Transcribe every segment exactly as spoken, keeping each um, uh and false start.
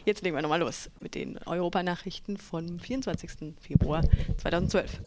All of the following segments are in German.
Jetzt legen wir nochmal los mit den Europanachrichten vom vierundzwanzigsten Februar zweitausendzwölf.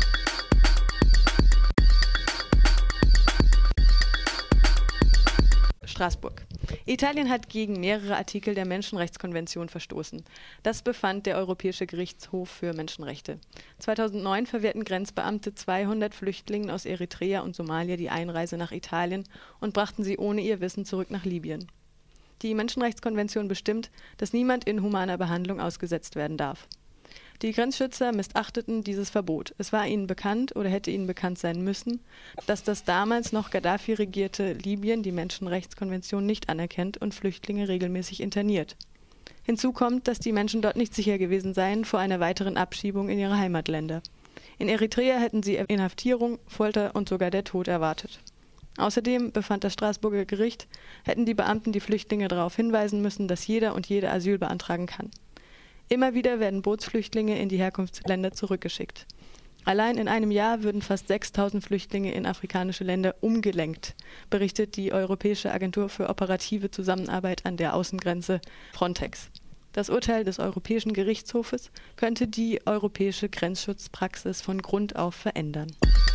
Straßburg. Italien hat gegen mehrere Artikel der Menschenrechtskonvention verstoßen. Das befand der Europäische Gerichtshof für Menschenrechte. zweitausendneun verwehrten Grenzbeamte zweihundert Flüchtlingen aus Eritrea und Somalia die Einreise nach Italien und brachten sie ohne ihr Wissen zurück nach Libyen. Die Menschenrechtskonvention bestimmt, dass niemand inhumaner Behandlung ausgesetzt werden darf. Die Grenzschützer missachteten dieses Verbot. Es war ihnen bekannt oder hätte ihnen bekannt sein müssen, dass das damals noch Gaddafi regierte Libyen die Menschenrechtskonvention nicht anerkennt und Flüchtlinge regelmäßig interniert. Hinzu kommt, dass die Menschen dort nicht sicher gewesen seien vor einer weiteren Abschiebung in ihre Heimatländer. In Eritrea hätten sie Inhaftierung, Folter und sogar der Tod erwartet. Außerdem, befand das Straßburger Gericht, hätten die Beamten die Flüchtlinge darauf hinweisen müssen, dass jeder und jede Asyl beantragen kann. Immer wieder werden Bootsflüchtlinge in die Herkunftsländer zurückgeschickt. Allein in einem Jahr würden fast sechstausend Flüchtlinge in afrikanische Länder umgelenkt, berichtet die Europäische Agentur für operative Zusammenarbeit an der Außengrenze Frontex. Das Urteil des Europäischen Gerichtshofes könnte die europäische Grenzschutzpraxis von Grund auf verändern.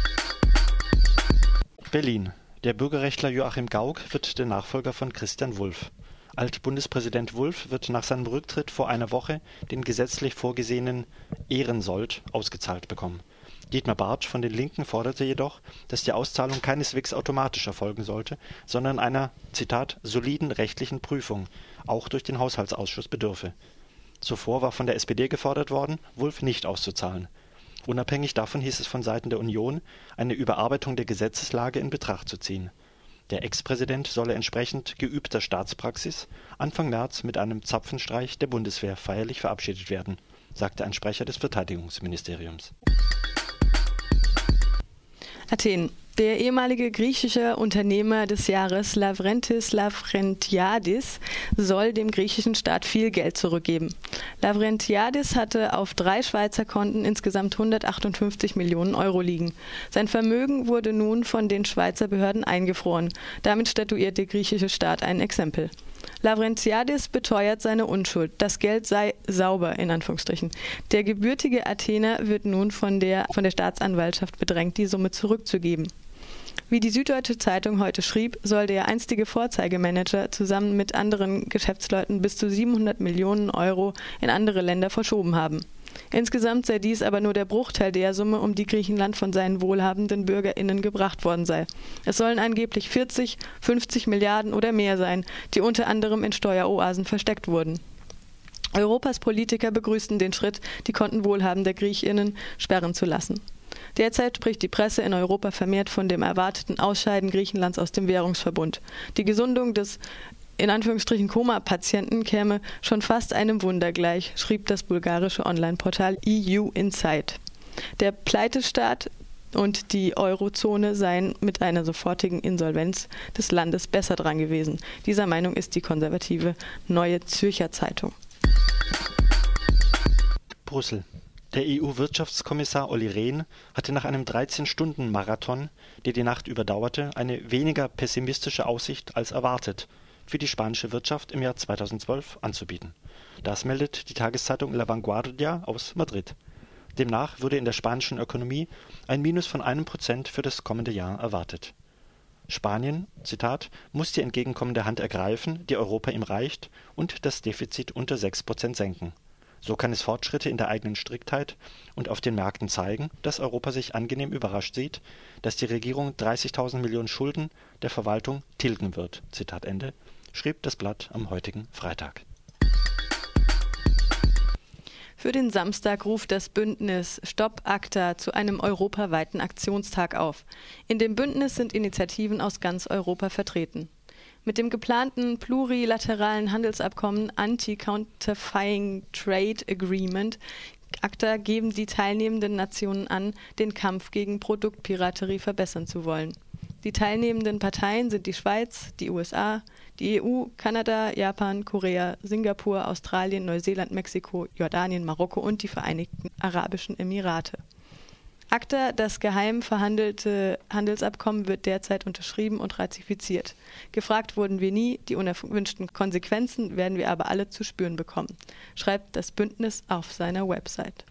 Berlin. Der Bürgerrechtler Joachim Gauck wird der Nachfolger von Christian Wulff. Altbundespräsident Wulff wird nach seinem Rücktritt vor einer Woche den gesetzlich vorgesehenen Ehrensold ausgezahlt bekommen. Dietmar Bartsch von den Linken forderte jedoch, dass die Auszahlung keineswegs automatisch erfolgen sollte, sondern einer, Zitat, soliden rechtlichen Prüfung, auch durch den Haushaltsausschuss bedürfe. Zuvor war von der S P D gefordert worden, Wulff nicht auszuzahlen. Unabhängig davon hieß es von Seiten der Union, eine Überarbeitung der Gesetzeslage in Betracht zu ziehen. Der Ex-Präsident solle entsprechend geübter Staatspraxis Anfang März mit einem Zapfenstreich der Bundeswehr feierlich verabschiedet werden, sagte ein Sprecher des Verteidigungsministeriums. Athen. Der ehemalige griechische Unternehmer des Jahres Lavrentis Lavrentiadis soll dem griechischen Staat viel Geld zurückgeben. Lavrentiadis hatte auf drei Schweizer Konten insgesamt hundertachtundfünfzig Millionen Euro liegen. Sein Vermögen wurde nun von den Schweizer Behörden eingefroren. Damit statuiert der griechische Staat ein Exempel. Lavrentiadis beteuert seine Unschuld. Das Geld sei sauber, in Anführungsstrichen. Der gebürtige Athener wird nun von der, von der Staatsanwaltschaft bedrängt, die Summe zurückzugeben. Wie die Süddeutsche Zeitung heute schrieb, soll der einstige Vorzeigemanager zusammen mit anderen Geschäftsleuten bis zu siebenhundert Millionen Euro in andere Länder verschoben haben. Insgesamt sei dies aber nur der Bruchteil der Summe, um die Griechenland von seinen wohlhabenden BürgerInnen gebracht worden sei. Es sollen angeblich vierzig, fünfzig Milliarden oder mehr sein, die unter anderem in Steueroasen versteckt wurden. Europas Politiker begrüßten den Schritt, die Konten wohlhabender GriechInnen sperren zu lassen. Derzeit spricht die Presse in Europa vermehrt von dem erwarteten Ausscheiden Griechenlands aus dem Währungsverbund. Die Gesundung des in Anführungsstrichen Koma-Patienten käme schon fast einem Wunder gleich, schrieb das bulgarische Online-Portal E U Insight. Der Pleitestaat und die Eurozone seien mit einer sofortigen Insolvenz des Landes besser dran gewesen. Dieser Meinung ist die konservative Neue Zürcher Zeitung. Brüssel. Der E U-Wirtschaftskommissar Olli Rehn hatte nach einem dreizehn-Stunden-Marathon, der die Nacht überdauerte, eine weniger pessimistische Aussicht als erwartet für die spanische Wirtschaft im Jahr zweitausendzwölf anzubieten. Das meldet die Tageszeitung La Vanguardia aus Madrid. Demnach würde in der spanischen Ökonomie ein Minus von einem Prozent für das kommende Jahr erwartet. Spanien, Zitat, muss die entgegenkommende Hand ergreifen, die Europa ihm reicht, und das Defizit unter sechs Prozent senken. So kann es Fortschritte in der eigenen Striktheit und auf den Märkten zeigen, dass Europa sich angenehm überrascht sieht, dass die Regierung dreißigtausend Millionen Schulden der Verwaltung tilgen wird. Zitat Ende, schrieb das Blatt am heutigen Freitag. Für den Samstag ruft das Bündnis Stopp ACTA zu einem europaweiten Aktionstag auf. In dem Bündnis sind Initiativen aus ganz Europa vertreten. Mit dem geplanten plurilateralen Handelsabkommen Anti-Counterfeiting Trade Agreement ACTA geben die teilnehmenden Nationen an, den Kampf gegen Produktpiraterie verbessern zu wollen. Die teilnehmenden Parteien sind die Schweiz, die U S A, die E U, Kanada, Japan, Korea, Singapur, Australien, Neuseeland, Mexiko, Jordanien, Marokko und die Vereinigten Arabischen Emirate. ACTA, das geheim verhandelte Handelsabkommen, wird derzeit unterschrieben und ratifiziert. Gefragt wurden wir nie, die unerwünschten Konsequenzen werden wir aber alle zu spüren bekommen, schreibt das Bündnis auf seiner Website.